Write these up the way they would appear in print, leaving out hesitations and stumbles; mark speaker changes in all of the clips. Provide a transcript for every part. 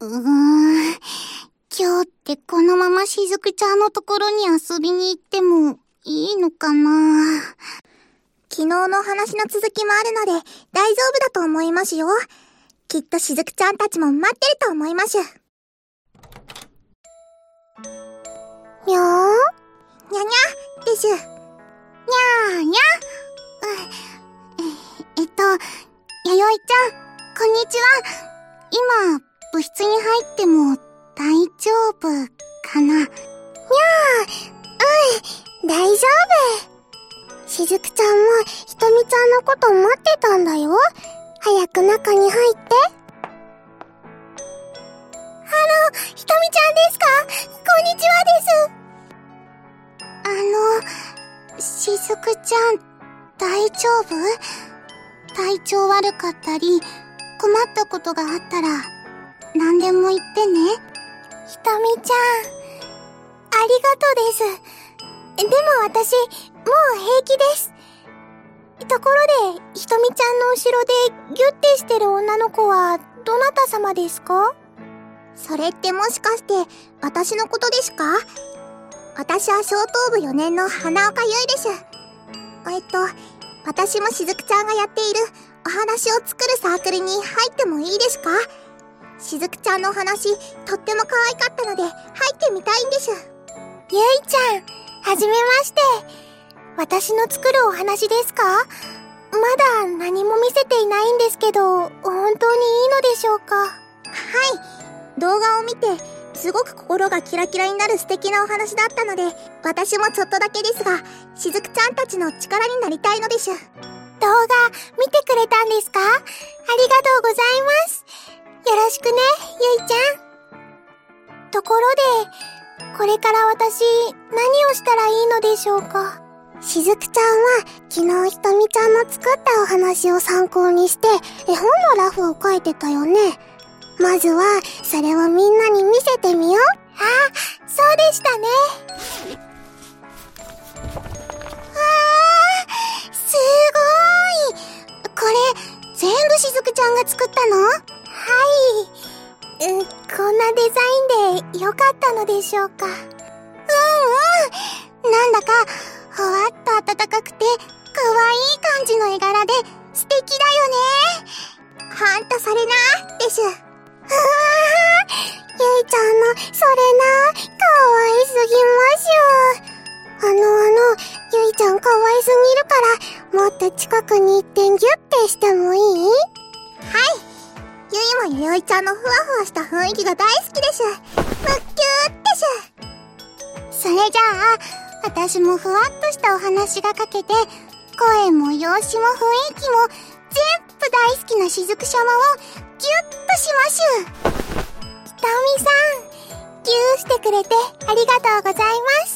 Speaker 1: 今日ってこのまましずくちゃんのところに遊びに行ってもいいのかな。
Speaker 2: 昨日の話の続きもあるので大丈夫だと思いますよ。きっとしずくちゃんたちも待ってると思います。にゃーにゃにゃですにゃーにゃ
Speaker 1: 弥生ちゃん、こんにちは。今、部室に入っても大丈夫かな。
Speaker 2: にゃー、大丈夫。しずくちゃんもひとみちゃんのこと待ってたんだよ。早く中に入って。ひとみちゃんですか？こんにちは
Speaker 1: です。しずくちゃん、大丈夫？体調悪かったり、困ったことがあったら、何でも言ってね。
Speaker 2: ひとみちゃん、ありがとうです。でも私、もう平気です。ところで、ひとみちゃんの後ろでギュッてしてる女の子は、どなた様ですか？それってもしかして、私のことですか？私は小等部4年の花岡優衣です。私もしずくちゃんがやっているお話を作るサークルに入ってもいいですか？しずくちゃんのお話、とっても可愛かったので、入ってみたいんです。ゆいちゃん、はじめまして。私の作るお話ですか？まだ何も見せていないんですけど、本当にいいのでしょうか？はい。動画を見て、すごく心がキラキラになる素敵なお話だったので、私もちょっとだけですが、しずくちゃんたちの力になりたいのです。動画、見てくれたんですか？ありがとうございます。よろしくね、ゆいちゃん。ところで、これから私、何をしたらいいのでしょうか？しずくちゃんは、昨日ひとみちゃんの作ったお話を参考にして、絵本のラフを描いてたよね。まずは、それをみんなに見せてみよう。あ、そうでしたね。すごーい。これ、全部しずくちゃんが作ったの？はい。こんなデザインで良かったのでしょうか？なんだか、ほわっと暖かくて、可愛い感じの絵柄で、素敵だよね。ほんとそれな、です。ゆいちゃんの、それな、かわいすぎます。ゆいちゃんかわいすぎるから、もっと近くに行ってギュッてしてもいい？はい。ゆいもゆいちゃんのふわふわした雰囲気が大好きです。むっきゅーです。
Speaker 1: それじゃあ、私もふわっとしたお話が書けて、声も容姿も雰囲気も、全部大好きなしずく様を、ギュッとしましゅ。
Speaker 2: ひとみさん、ギューしてくれてありがとうございます。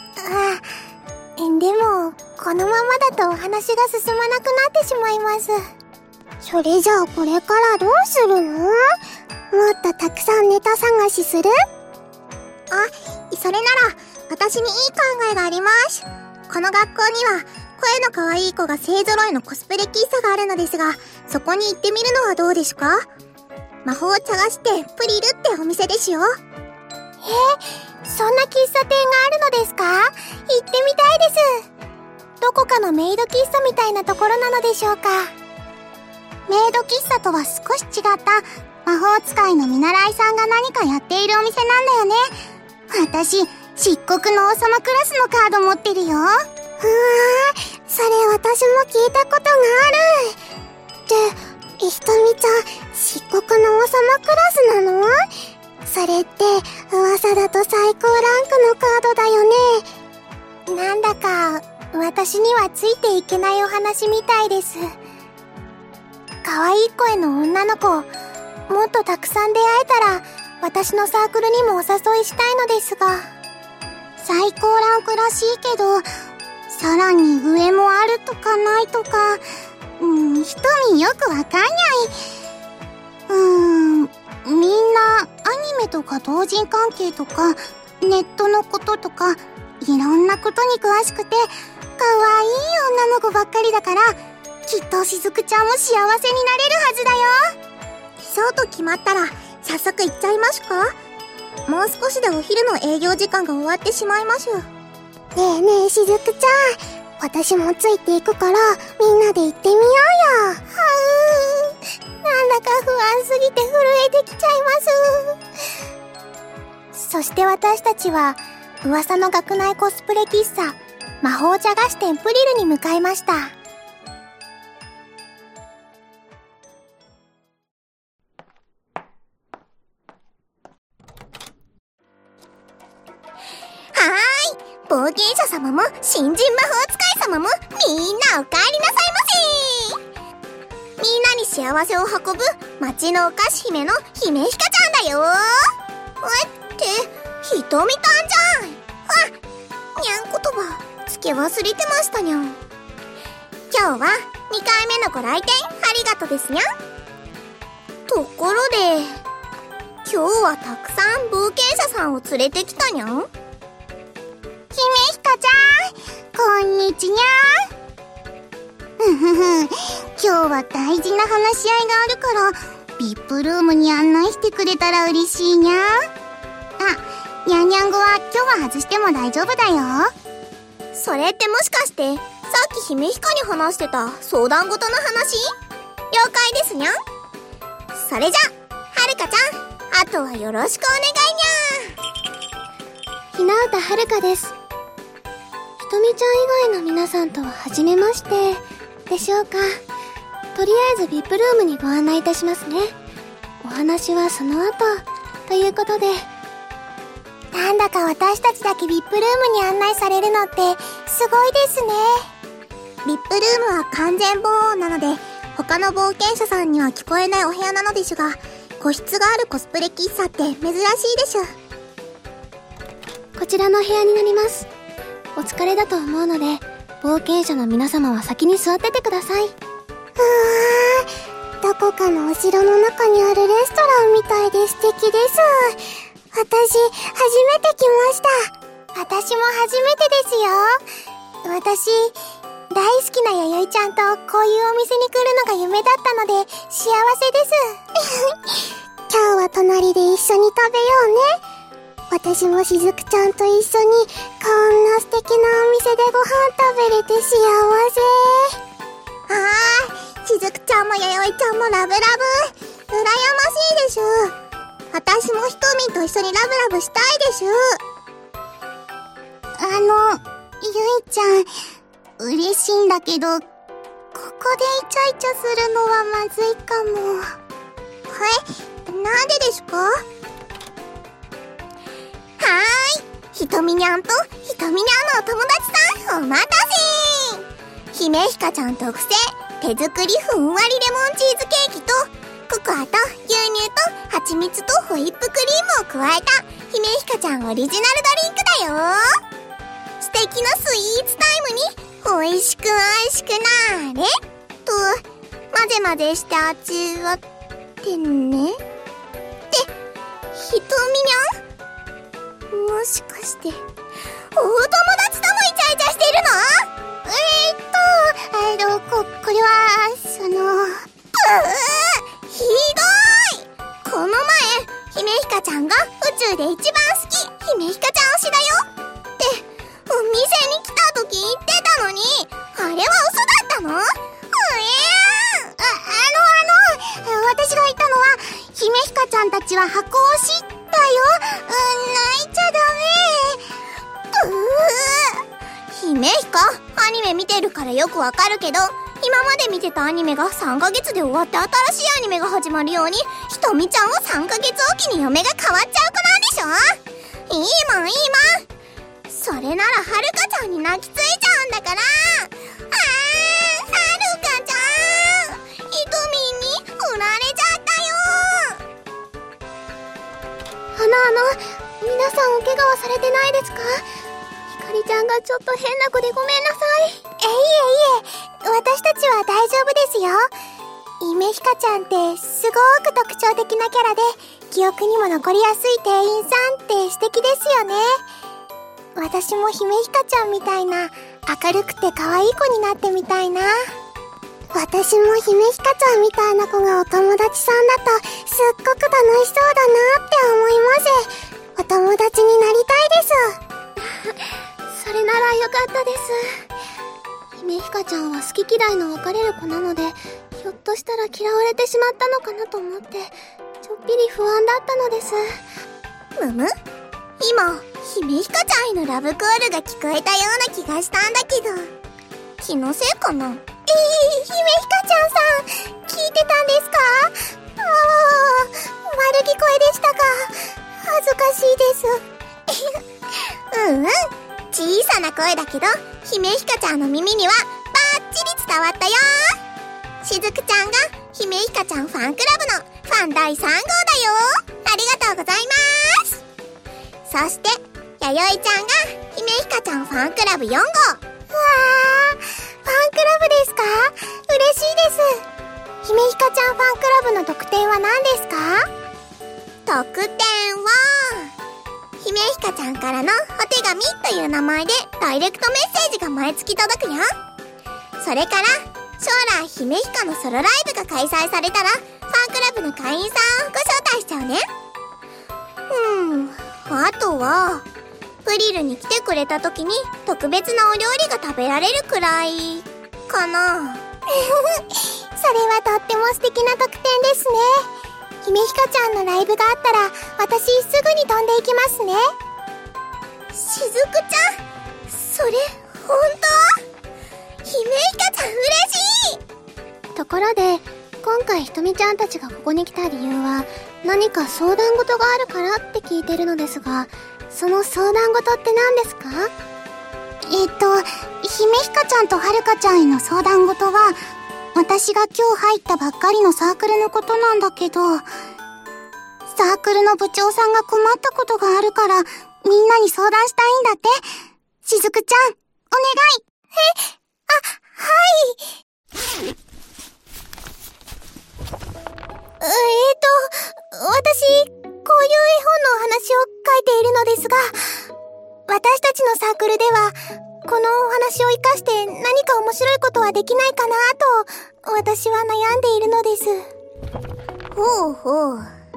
Speaker 2: でも、このままだとお話が進まなくなってしまいます。それじゃあこれからどうするの？もっとたくさんネタ探しする？それなら、私にいい考えがあります。この学校には、声の可愛い子が勢揃いのコスプレ喫茶があるのですが、そこに行ってみるのはどうですか？魔法茶菓子店プリルってお店ですよ。そんな喫茶店があるのですか？行ってみたいです。どこかのメイド喫茶みたいなところなのでしょうか？
Speaker 1: メイド喫茶とは少し違った魔法使いの見習いさんが何かやっているお店なんだよね。私、漆黒の王様クラスのカード持ってるよ。
Speaker 2: それ私も聞いたことがある。ひとみちゃん、漆黒の王様クラスなの？それって、噂だと最高ランクのカードだよね。なんだか、私にはついていけないお話みたいです。可愛い声の女の子、もっとたくさん出会えたら、私のサークルにもお誘いしたいのですが。
Speaker 1: 最高ランクらしいけど、さらに上もあるとかないとか、ひとみよくわかんない。みんなアニメとか同人関係とかネットのこととかいろんなことに詳しくて可愛い女の子ばっかりだから、きっとしずくちゃんも幸せになれるはずだよ。そうと決まったら早
Speaker 2: 早速行っちゃいましゅか？もう少しでお昼の営業時間が終わってしまいましゅ。ねえねえ、しずくちゃん。私もついていくから、みんなで行ってみようよ。
Speaker 1: なんだか不安すぎて震えてきちゃいます。そして私たちは、噂の学内コスプレ喫茶、魔法茶菓子店プリルに向かいました。は
Speaker 2: ーい、冒険者様も新人魔法使い様もみんなお帰りなさいませ。みんなに幸せを運ぶ町のお菓子姫の姫ひかちゃんだよ。ってひとみたんじゃん。にゃん言葉つけ忘れてましたにゃん。今日は2回目のご来店ありがとですにゃん。ところで今日はたくさん冒険者さんを連れてきたにゃん。
Speaker 1: 姫ひかちゃん、こんにちにゃー。今日は大事な話し合いがあるから、VIP ルームに案内してくれたら嬉しいにゃー。にゃんにゃん語は今日は外しても大丈夫だよ。
Speaker 2: それってもしかしてさっき姫ひかに話してた相談事の話？了解ですにゃん。それじゃはるかちゃん、あとはよろしくお願いにゃ。
Speaker 3: ひなうたはるかです。ひとみちゃん以外の皆さんとは初めましてでしょうか。とりあえず VIP ルームにご案内いたしますね。お話はその後ということで。
Speaker 1: なんだか私たちだけ VIP ルームに案内されるのってすごいですね。
Speaker 2: VIP ルームは完全防音なので他の冒険者さんには聞こえないお部屋なのですが、個室があるコスプレ喫茶って珍しいでしょ。
Speaker 3: こちらの部屋になります。お疲れだと思うので冒険者の皆様は先に座っててください。
Speaker 1: どこかのお城の中にあるレストランみたいで素敵です。私、初めて来ました。私も初めてですよ。私、大好きな弥生ちゃんとこういうお店に来るのが夢だったので幸せです。今日は隣で一緒に食べようね。私もしずくちゃんと一緒にこんな素敵なお店でご飯食べれて幸せ。
Speaker 2: しずくちゃんも弥生ちゃんもラブラブ。羨ましいでしょ。私もひとみんと一緒にラブラブしたいでしゅ。
Speaker 1: ゆいちゃん、嬉しいんだけど、ここでイチャイチャするのはまずいかも。
Speaker 2: なんでですか？はーい、ひとみにゃんとひとみにゃんのお友達さんお待たせ。姫ひかちゃん特製手作りふんわりレモンチーズケーキとココアと牛乳と蜂蜜とホイップクリームを加えた姫ひかちゃんオリジナルドリンクだよ。素敵なスイーツタイムに美味しく美味しくなーれと混ぜ混ぜして味わってね。ってひとみにゃん、もしかしてお友達ともイチャイチャしているの？
Speaker 1: これは、
Speaker 2: ひどい。この前姫ひかちゃんが宇宙で一番好き姫ひかちゃん推しだよってお店に来た時言ってたのに、あれは嘘だったの？
Speaker 1: 私が言ったのは、姫ひかちゃんたちは箱推しだよ。泣いちゃダメ。
Speaker 2: 姫ひか、アニメ見てるからよくわかるけど、今まで見てたアニメが3ヶ月で終わって新しいアニメが始まるように、ひとみちゃんは3ヶ月おきに嫁が変わっちゃう子なんでしょ？いいもんいいもん。それならはるかちゃんに泣きついちゃうんだから。はるかちゃん、ひとみんに振られちゃったよ。
Speaker 3: 皆さんお怪我はされてないですか？ひかりちゃんがちょっと変な子でごめんなさい。
Speaker 1: いえ、私たちは大丈夫ですよ。姫ひかちゃんってすごく特徴的なキャラで、記憶にも残りやすい店員さんって素敵ですよね。私も姫ひかちゃんみたいな明るくて可愛い子になってみたいな。
Speaker 2: 私も姫ひかちゃんみたいな子がお友達さんだとすっごく楽しそうだなって思います。お友達になりたいです。
Speaker 3: それならよかったです。姫ひかちゃんは好き嫌いの分かれる子なので、ひょっとしたら嫌われてしまったのかなと思ってちょっぴり不安だったのです。
Speaker 2: むむ？今、姫ひかちゃんへのラブコールが聞こえたような気がしたんだけど、気のせいかな？姫ひかちゃんさん、聞いてたんですか？丸聞こえでしたか？恥ずかしいです。小さな声だけど、姫ひかちゃんの耳にはバッチリ伝わったよ。しずくちゃんが姫ひかちゃんファンクラブのファン第3号だよ。ありがとうございます。そして、やよいちゃんが姫ひかちゃんファンクラブ4号。うわー、ファンクラブですか？嬉しいです。姫ひかちゃんファンクラブの特典は何ですか？特典は、姫ひかちゃんからのお手紙という名前でダイレクトメッセージが毎月届くよ。それから、将来姫ひかのソロライブが開催されたら、ファンクラブの会員さんをご招待しちゃうね。あとは、プリルに来てくれた時に特別なお料理が食べられるくらいかな。それはとっても素敵な特典ですね。姫ひかちゃんのライブがあったら私すぐに飛んでいきますね。しずくちゃん、それ本当？姫ひかちゃん嬉しい。
Speaker 3: ところで今回ひとみちゃんたちがここに来た理由は何か相談事があるからって聞いてるのですが、その相談事って何ですか？
Speaker 1: 姫ひかちゃんとはるかちゃんへの相談事は、私が今日入ったばっかりのサークルのことなんだけど、サークルの部長さんが困ったことがあるから、みんなに相談したいんだって。しずくちゃん、お願い。
Speaker 2: はい。私、こういう絵本のお話を書いているのですが、私たちのサークルでは、このお話を活かして何か面白いことはできないかなと、私は悩んでいるのです。ほうほう。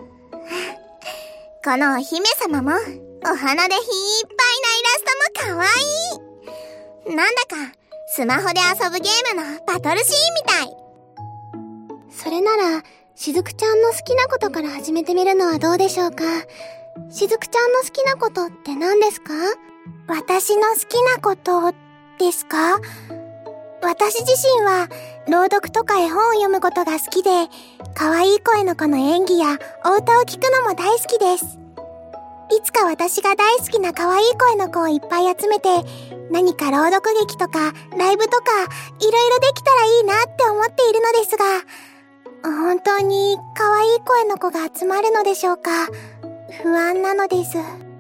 Speaker 2: このお姫様も、お花でいっぱいなイラストもかわいい。なんだか、スマホで遊ぶゲームのバトルシーンみたい。
Speaker 3: それなら、しずくちゃんの好きなことから始めてみるのはどうでしょうか。しずくちゃんの好きなことって何ですか？
Speaker 2: 私の好きなことですか？私自身は朗読とか絵本を読むことが好きで、可愛い声の子の演技やお歌を聞くのも大好きです。いつか私が大好きな可愛い声の子をいっぱい集めて、何か朗読劇とかライブとかいろいろできたらいいなって思っているのですが、本当に可愛い声の子が集まるのでしょうか？不安なのです。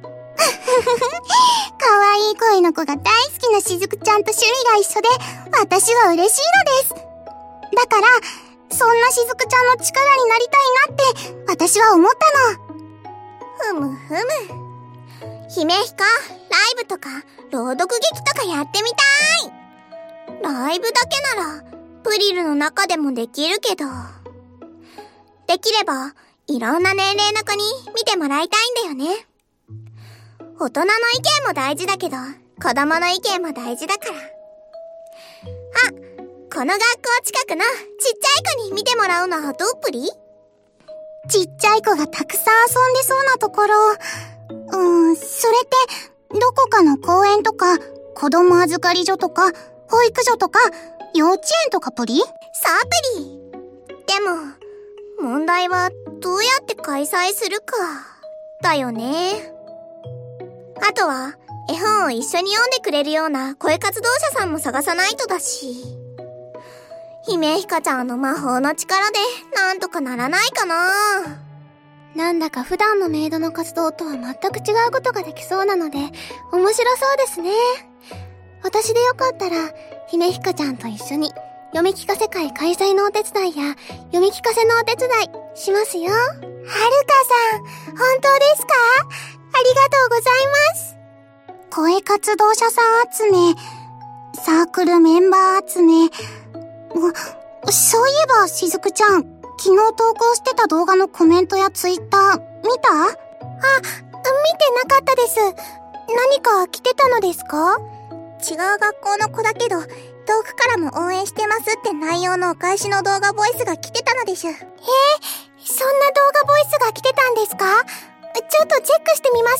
Speaker 1: 可愛い声の子が大好きなしずくちゃんと趣味が一緒で、私は嬉しいのです。だから、そんなしずくちゃんの力になりたいなって、私は思ったの。
Speaker 2: ふむふむ。姫ひか、ライブとか、朗読劇とかやってみたい。ライブだけなら、プリルの中でもできるけど。できれば、いろんな年齢の子に見てもらいたいんだよね。大人の意見も大事だけど、子供の意見も大事だから。あ、この学校近くのちっちゃい子に見てもらうのはどうプリ？
Speaker 1: ちっちゃい子がたくさん遊んでそうなところ。それって、どこかの公園とか、子供預かり所とか、保育所とか、幼稚園とかプリ？
Speaker 2: そうプリ。でも、問題はどうやって開催するか、だよね。あとは、絵本を一緒に読んでくれるような声活動者さんも探さないとだし。姫ひかちゃんの魔法の力でなんとかならないかな。
Speaker 3: なんだか普段のメイドの活動とは全く違うことができそうなので、面白そうですね。私でよかったら、姫ひかちゃんと一緒に読み聞かせ会開催のお手伝いや読み聞かせのお手伝いしますよ。はるか
Speaker 2: さん、本当ですか？ありがとうございます。
Speaker 1: 声活動者さん集め、サークルメンバー集め、 そういえばしずくちゃん、昨日投稿してた動画のコメントやツイッター見た？
Speaker 3: 見てなかったです。何か来てたのですか？
Speaker 2: 違う学校の子だけど、遠くからも応援してますって内容のお返しの動画ボイスが来てたのでしゅ。
Speaker 3: そんな動画ボイスが来てたんですか？ちょっとチェックしてみます。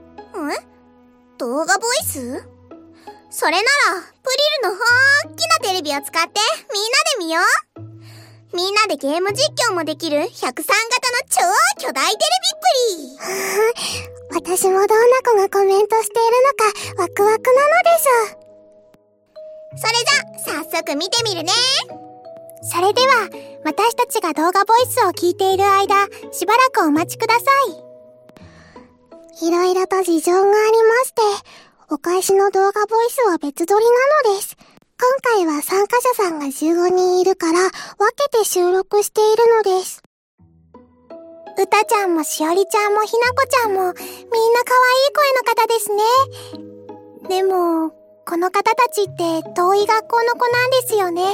Speaker 2: 動画ボイス？それなら、プリルの大きなテレビを使ってみんなで見よう。みんなでゲーム実況もできる103型の超巨大テレビっぷり。
Speaker 3: 私もどんな子がコメントしているのかワクワクなのです。
Speaker 2: それじゃ、早速見てみるね。
Speaker 3: それでは、私たちが動画ボイスを聞いている間、しばらくお待ちください。いろいろと事情がありまして、お返しの動画ボイスは別撮りなのです。今回は参加者さんが15人いるから、分けて収録しているのです。うたちゃんもしおりちゃんもひなこちゃんも、みんな可愛い声の方ですね。でも、この方たちって遠い学校の子なんですよね。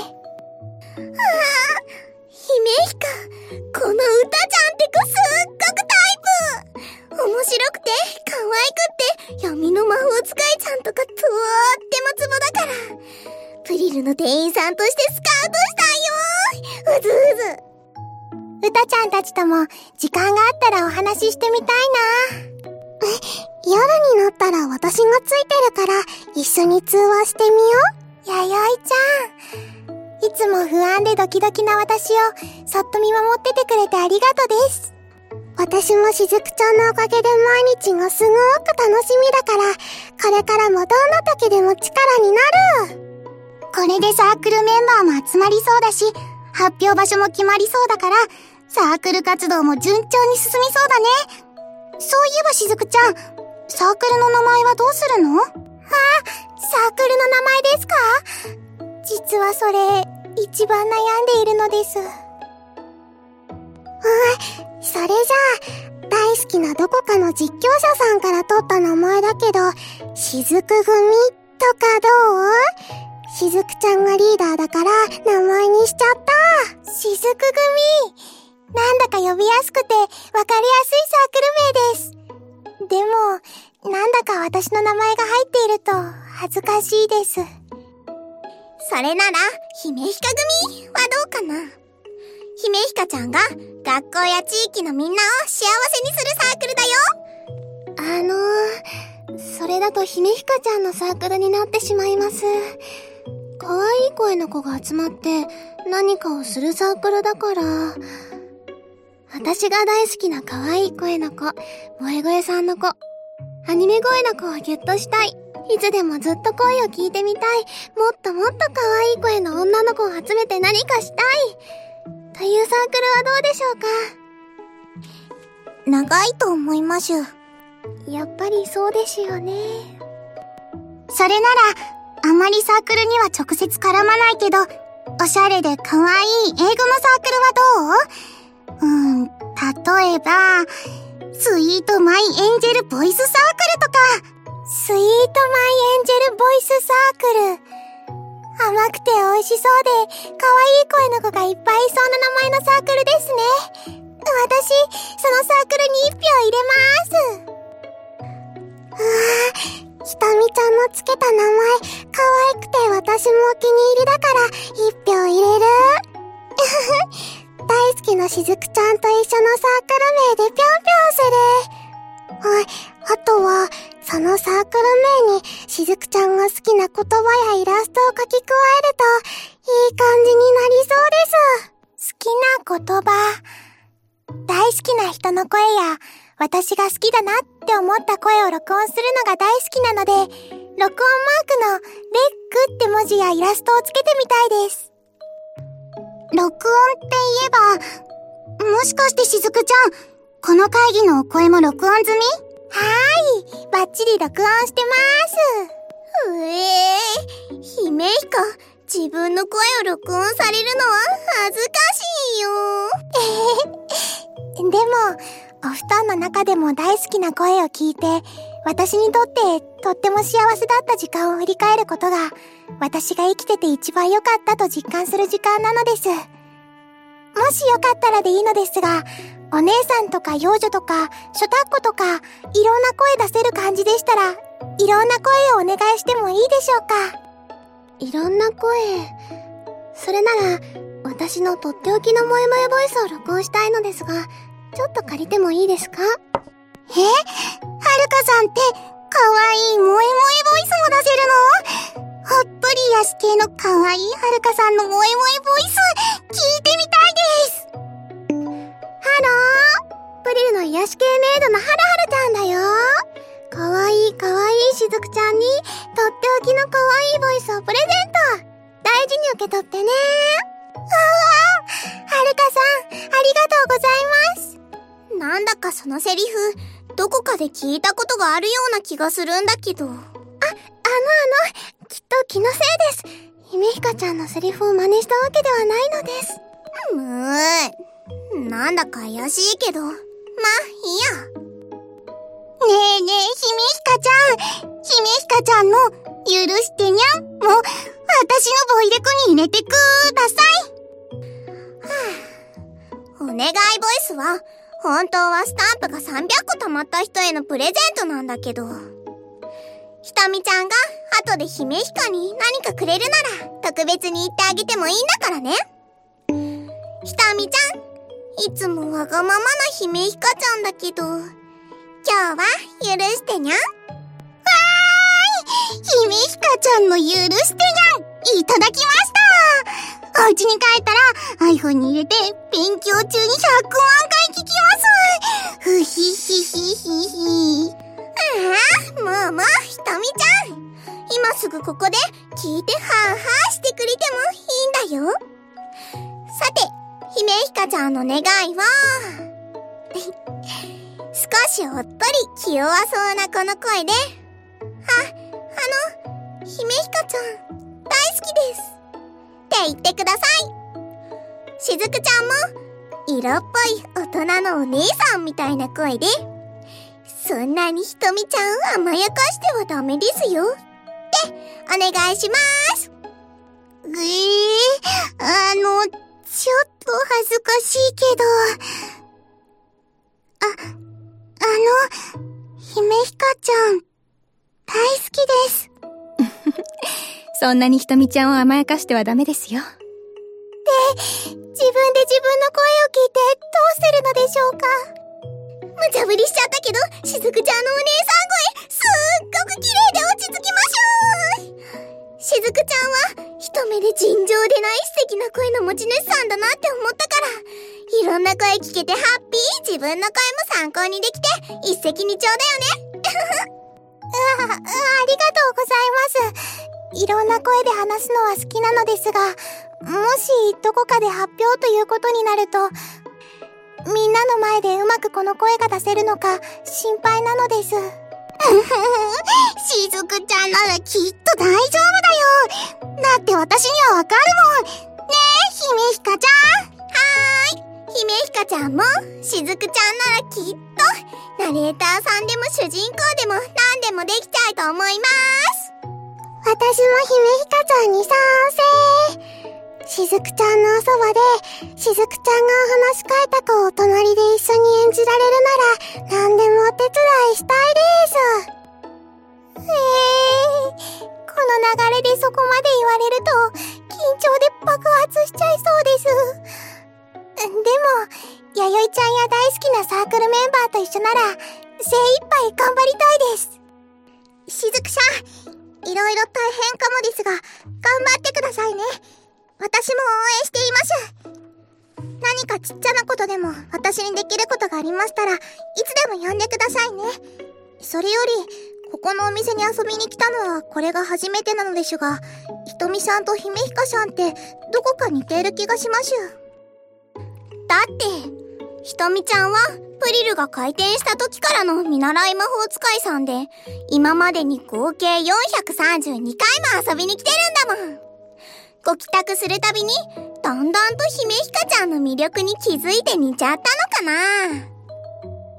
Speaker 2: 姫ひか、このうたちゃんって子すっごくタイプ。面白くて、可愛くって、闇の魔法使いちゃんとかとってもツボだから。プリルの店員さんとしてスカウトしたんよ。うずうず。
Speaker 3: うたちゃんたちとも時間があったらお話ししてみたいな。夜になったら私がついてるから一緒に通話してみよう。やよいちゃん。いつも不安でドキドキな私をそっと見守っててくれてありがとです。私もしずくちゃんのおかげで毎日がすごく楽しみだから、これからもどんな時でも力になる。
Speaker 1: これでサークルメンバーも集まりそうだし、発表場所も決まりそうだから、サークル活動も順調に進みそうだね。そういえばしずくちゃん、サークルの名前はどうするの？
Speaker 3: サークルの名前ですか？実はそれ、一番悩んでいるのです。それじゃあ、大好きなどこかの実況者さんから取った名前だけど、しずく組とかどう？しずくちゃんがリーダーだから名前にしちゃった。しずく組。なんだか呼びやすくてわかりやすいサークル名です。でも、なんだか私の名前が入っていると恥ずかしいです。
Speaker 2: それなら、姫ひか組はどうかな。姫ひかちゃんが学校や地域のみんなを幸せにするサークルだよ。
Speaker 3: それだと姫ひかちゃんのサークルになってしまいます。可愛い声の子が集まって何かをするサークルだから。私が大好きな可愛い声の子、萌え声さんの子、アニメ声の子をギュッとしたい。いつでもずっと声を聞いてみたい。もっともっと可愛い声の女の子を集めて何かしたい。というサークルはどうでしょうか？
Speaker 2: 長いと思いましゅ。
Speaker 3: やっぱりそうですよね。
Speaker 1: それなら、あまりサークルには直接絡まないけど、おしゃれで可愛い英語のサークルはどう？例えば、スイートマイエンジェルボイスサークルとか。
Speaker 3: スイートマイエンジェルボイスサークル。甘くて美味しそうで、可愛い声の子がいっぱいいそうな名前のサークルですね。私、そのサークルに1票入れます。ひとみちゃんのつけた名前、可愛くて私もお気に入りだから1票入れる。大好きなしずくちゃんと一緒のサークル名でぴょんぴょんする。あとは、そのサークル名にしずくちゃんが好きな言葉やイラストを書き加えると、いい感じになりそうです。好きな言葉。大好きな人の声や、私が好きだなって思った声を録音するのが大好きなので、録音マークのレックって文字やイラストをつけてみたいです。
Speaker 1: 録音って言えば、もしかしてしずくちゃん、この会議のお声も録音済み？
Speaker 3: はーい、バッチリ録音してます。
Speaker 2: 姫ひか、自分の声を録音されるのは恥ずかしいよ。
Speaker 3: でも、
Speaker 2: お布団の中でも大好きな声を聞いて、私にとってとっても幸せだった時間を振り返ることが、私が生きてて一番良かったと実感する時間なのです。もしよかったらでいいのですが、お姉さんとか幼女とか初タッコとかいろんな声出せる感じでしたら、いろんな声をお願いしてもいいでしょうか？
Speaker 3: いろんな声。それなら私のとっておきの萌え萌えボイスを録音したいのですが、ちょっと借りてもいいですか？
Speaker 1: はるかさんってかわいい萌え萌えボイスも出せるの？ほっとり癒し系のかわいいはるかさんの萌え萌えボイス聞いてみたいです。
Speaker 3: ハロー、プリルの癒し系メイドのハルハルちゃんだよ。かわいいかわいいしずくちゃんにとっておきのかわいいボイスをプレゼント。大事に受け取ってね。
Speaker 1: はるかさん、ありがとうございます。
Speaker 2: なんだかそのセリフ、どこかで聞いたことがあるような気がするんだけど。
Speaker 3: きっと気のせいです。姫ひかちゃんのセリフを真似したわけではないのです。
Speaker 2: なんだか怪しいけど、まあ、いいや。
Speaker 1: ねえねえ、姫ひかちゃん。姫ひかちゃんの、許してにゃんも、私のボイレコに入れてください。
Speaker 2: お願いボイスは、本当はスタンプが300個貯まった人へのプレゼントなんだけど、ひとみちゃんが後で姫ひかに何かくれるなら特別に言ってあげてもいいんだからね。ひとみちゃん、いつもわがままな姫ひかちゃんだけど、今日は許してにゃん。
Speaker 1: 姫ひかちゃんの許してにゃん、いただきました。お家に帰ったら iPhone に入れて勉強中に100万回聞きます。ふひひひひひ。
Speaker 2: もうひとみちゃん、今すぐここで聞いてはぁはぁしてくれてもいいんだよ。さて、姫ひかちゃんの願いは少しおっとり気弱そうなこの声で、姫ひかちゃん大好きですって言ってください。しずくちゃんも色っぽい大人のお姉さんみたいな声で、そんなにひとみちゃん甘やかしてはダメですよってお願いします。
Speaker 1: ちょっと恥ずかしいけど、姫ひかちゃん大好きです。
Speaker 4: そんなにひとみちゃんを甘やかしてはダメですよ。
Speaker 1: 自分で自分の声を聞いてどうするのでしょうか？
Speaker 2: 無茶ぶりしちゃったけど、しずくちゃんのお姉さん声、すっごく綺麗で落ち着きましょう。しずくちゃんは、一目で尋常でない素敵な声の持ち主さんだなって思ったから、いろんな声聞けてハッピー、自分の声も参考にできて、一石二鳥だよね。
Speaker 1: ありがとうございます。いろんな声で話すのは好きなのですが、もしどこかで発表ということになると、みんなの前でうまくこの声が出せるのか心配なのです。しずくちゃんならきっと大丈夫だよ。だって私にはわかるもん。ねえ、姫ひかちゃん。
Speaker 2: 姫ひかちゃんも、しずくちゃんならきっと、ナレーターさんでも主人公でも何でもできちゃうと思います。
Speaker 1: 私も姫ひかちゃんに賛成。しずくちゃんのおそばで、しずくちゃんがお話し変えた子を隣で一緒に演じられるなら、何でもお手伝いしたいです。この流れでそこまで言われると、緊張で爆発しちゃいそうです。でも、やよいちゃんや大好きなサークルメンバーと一緒なら、精一杯頑張りたいです。
Speaker 2: しずくちゃん、いろいろ大変かもですが、頑張ってくださいね。私も応援しています。何かちっちゃなことでも私にできることがありましたら、いつでも呼んでくださいね。それより、ここのお店に遊びに来たのはこれが初めてなのですが、ひとみさんと姫ひかさんってどこか似ている気がします。だって、ひとみちゃんはプリルが開店した時からの見習い魔法使いさんで、今までに合計432回も遊びに来てるんだもん。ご帰宅するたびに、だんだんと姫ひかちゃんの魅力に気づいて似ちゃったのかな。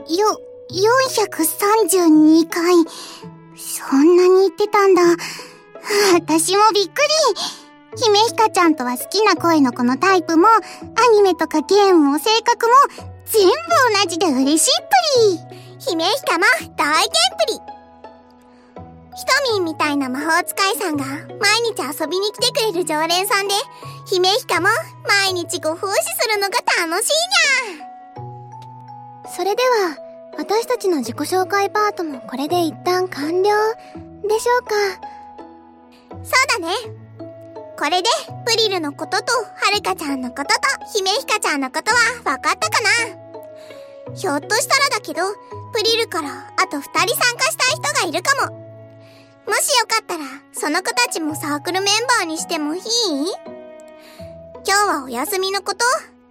Speaker 1: 432回。そんなに言ってたんだ。私もびっくり。姫ひかちゃんとは好きな声の子のタイプも、アニメとかゲームも性格も、全部同じで嬉しいっぷり。
Speaker 2: 姫ひかも大健ぷり。ひとみんみたいな魔法使いさんが毎日遊びに来てくれる常連さんで、姫ひかも毎日ご奉仕するのが楽しいにゃ。
Speaker 3: それでは、私たちの自己紹介パートもこれで一旦完了でしょうか。
Speaker 2: そうだね。これでプリルのこととはるかちゃんのことと姫ひかちゃんのことは分かったかな。ひょっとしたらだけど、プリルからあと2人参加したい人がいるかも。もしよかったらその子たちもサークルメンバーにしてもいい？今日はお休みのこと？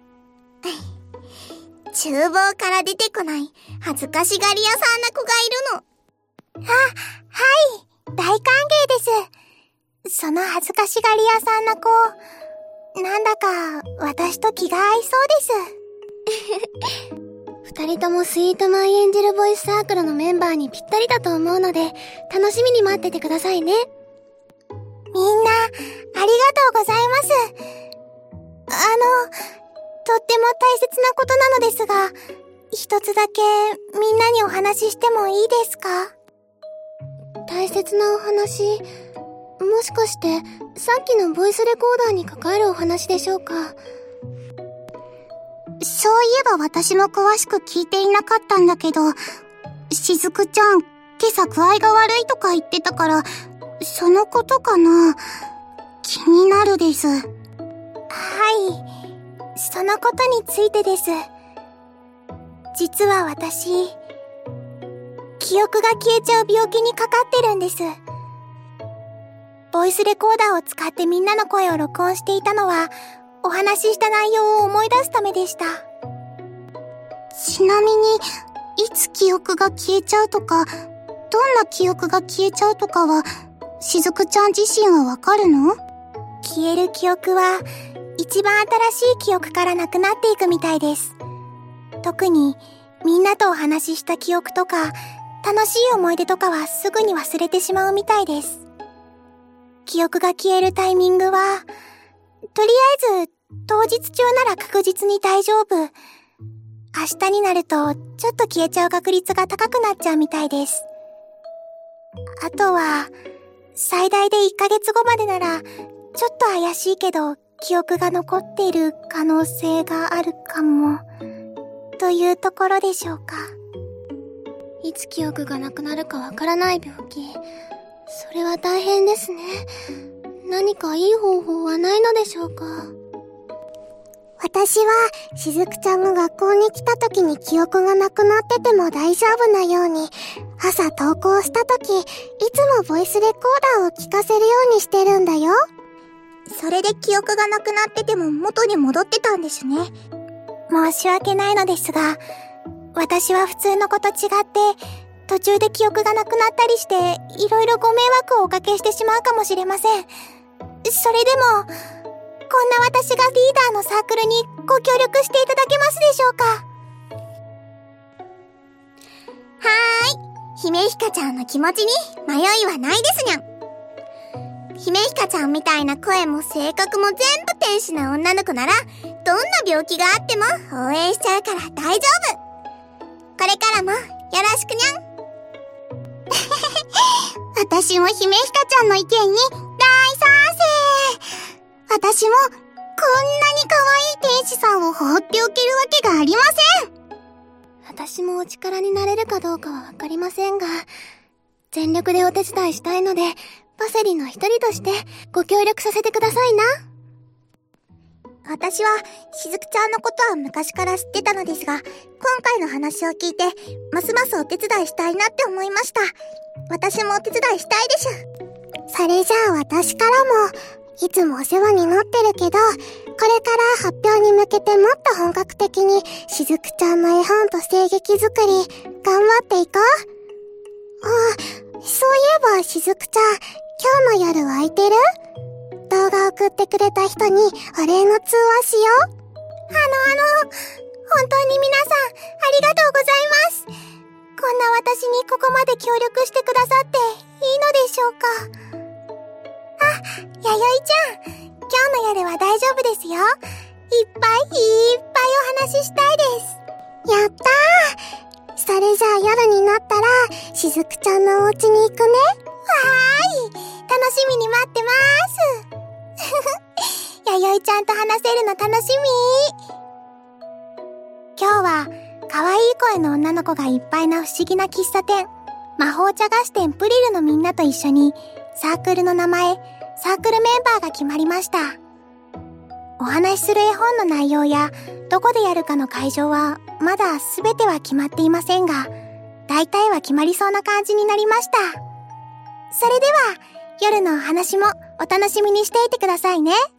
Speaker 2: 厨房から出てこない恥ずかしがり屋さんな子がいるの。
Speaker 1: はい。大歓迎です。その恥ずかしがり屋さんな子、なんだか私と気が合いそうです。
Speaker 3: 二人ともスイートマイエンジェルボイスサークルのメンバーにぴったりだと思うので、楽しみに待っててくださいね。
Speaker 1: みんな、ありがとうございます。とっても大切なことなのですが、一つだけみんなにお話ししてもいいですか？
Speaker 3: 大切なお話、もしかしてさっきのボイスレコーダーに関わるお話でしょうか？
Speaker 1: そういえば私も詳しく聞いていなかったんだけど、しずくちゃん、今朝具合が悪いとか言ってたから、そのことかな？気になるです。はい。そのことについてです。実は私、記憶が消えちゃう病気にかかってるんです。ボイスレコーダーを使ってみんなの声を録音していたのは、お話しした内容を思い出すためでした。ちなみに、いつ記憶が消えちゃうとか、どんな記憶が消えちゃうとかは、しずくちゃん自身はわかるの？消える記憶は、一番新しい記憶からなくなっていくみたいです。特に、みんなとお話しした記憶とか、楽しい思い出とかはすぐに忘れてしまうみたいです。記憶が消えるタイミングは、とりあえず、当日中なら確実に大丈夫。明日になると、ちょっと消えちゃう確率が高くなっちゃうみたいです。あとは、最大で1ヶ月後までなら、ちょっと怪しいけど、記憶が残っている可能性があるかも、というところでしょうか。
Speaker 3: いつ記憶がなくなるかわからない病気。それは大変ですね。何かいい方法はないのでしょうか？
Speaker 1: 私は、しずくちゃんが学校に来た時に記憶がなくなってても大丈夫なように、朝登校した時、いつもボイスレコーダーを聞かせるようにしてるんだよ。
Speaker 2: それで記憶がなくなってても元に戻ってたんですね。
Speaker 1: 申し訳ないのですが、私は普通の子と違って、途中で記憶がなくなったりして、いろいろご迷惑をおかけしてしまうかもしれません。それでも、こんな私がリーダーのサークルにご協力していただけますでしょうか？
Speaker 2: はーい。姫ひかちゃんの気持ちに迷いはないですにゃん。姫ひかちゃんみたいな声も性格も全部天使な女の子なら、どんな病気があっても応援しちゃうから大丈夫。これからもよろしくにゃん。
Speaker 1: 私も姫ひかちゃんの意見に大賛成。私もこんなに可愛い天使さんを放っておけるわけがありません。
Speaker 3: 私もお力になれるかどうかはわかりませんが、全力でお手伝いしたいので、パセリの一人としてご協力させてくださいな。
Speaker 2: 私はしずくちゃんのことは昔から知ってたのですが、今回の話を聞いてますますお手伝いしたいなって思いました。私もお手伝いしたいでしゅ。
Speaker 1: それじゃあ私からも、いつもお世話になってるけど、これから発表に向けてもっと本格的にしずくちゃんの絵本と声劇作り頑張っていこう。あ、そういえばしずくちゃん、今日の夜空いてる？動画送ってくれた人にお礼の通話しよう。 本当に皆さん、ありがとうございます。こんな私にここまで協力してくださっていいのでしょうか。あ、弥生ちゃん、今日の夜は大丈夫ですよ。いっぱいお話ししたいです。
Speaker 2: やったー。それじゃあ夜になったら、しずくちゃんのお家に行くね。
Speaker 1: わーい、楽しみに待ってまーす。弥生ちゃんと話せるの楽しみ。今日は可愛い声の女の子がいっぱいな不思議な喫茶店、魔法茶菓子店プリルのみんなと一緒にサークルの名前、サークルメンバーが決まりました。お話しする絵本の内容やどこでやるかの会場はまだ全ては決まっていませんが、大体は決まりそうな感じになりました。それでは夜のお話もお楽しみにしていてくださいね。